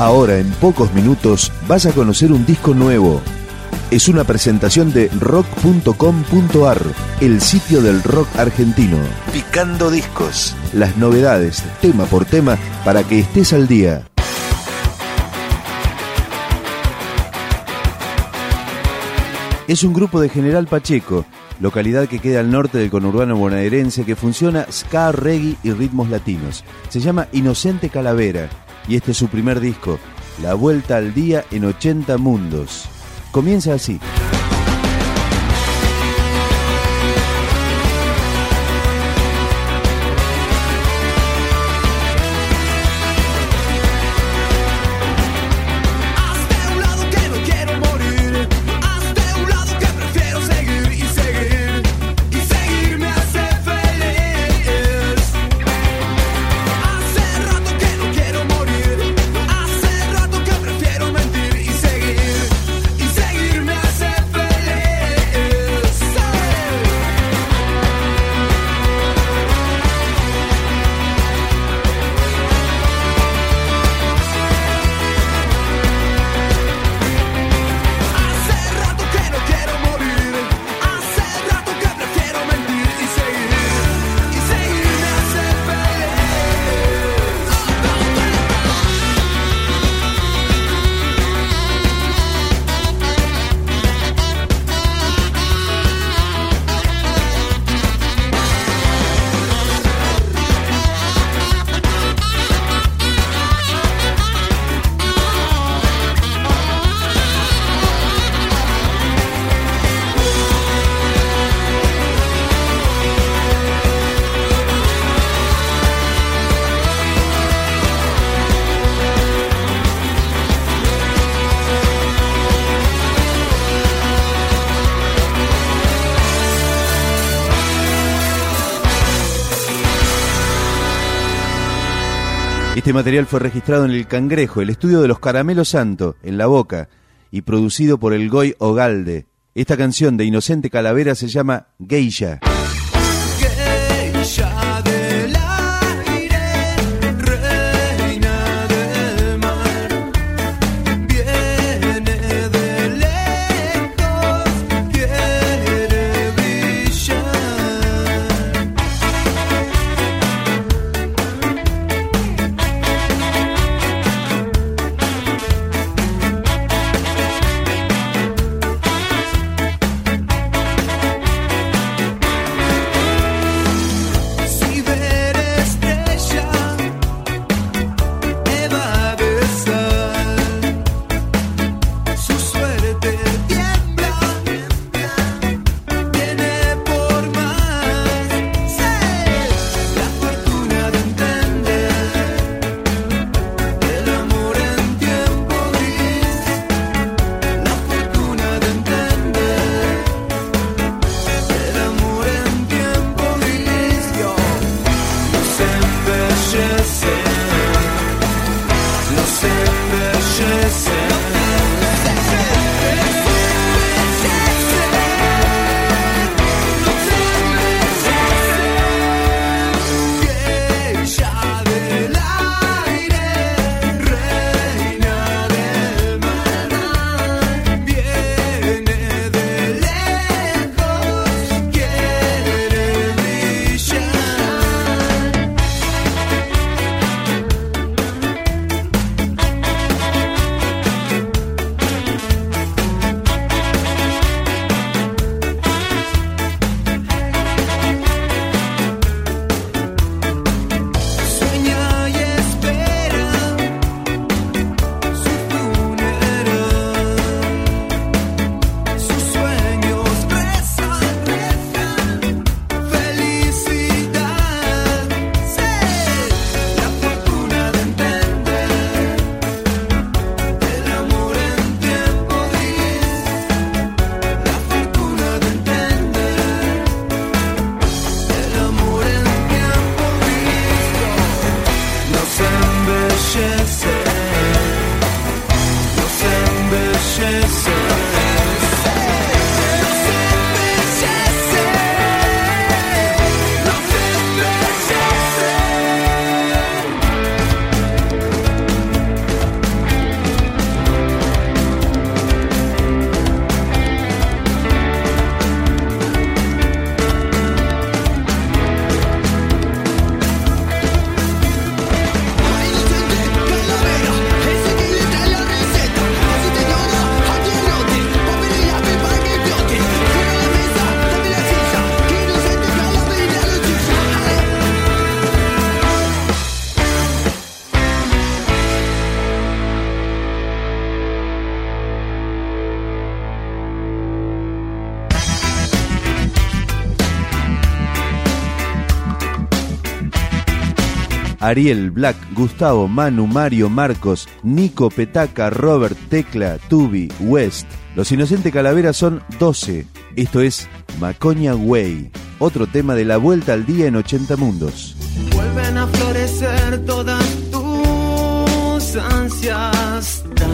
Ahora, en pocos minutos, vas a conocer un disco nuevo. Es una presentación de rock.com.ar, el sitio del rock argentino. Picando discos. Las novedades, tema por tema, para que estés al día. Es un grupo de General Pacheco, localidad que queda al norte del conurbano bonaerense, que funciona ska, reggae y ritmos latinos. Se llama Inocente Calavera y este es su primer disco, La Vuelta al Día en 80 Mundos. Comienza así. Este material fue registrado en El Cangrejo, el estudio de los Caramelos Santo, en La Boca, y producido por el Goy Ogalde. Esta canción de Inocente Calavera se llama Geisha. Ariel, Black, Gustavo, Manu, Mario, Marcos, Nico, Petaca, Robert, Tecla, Tubi, West. Los Inocentes Calaveras son 12. Esto es Macoña Way, otro tema de La Vuelta al Día en 80 Mundos. Vuelven a florecer todas tus ansias.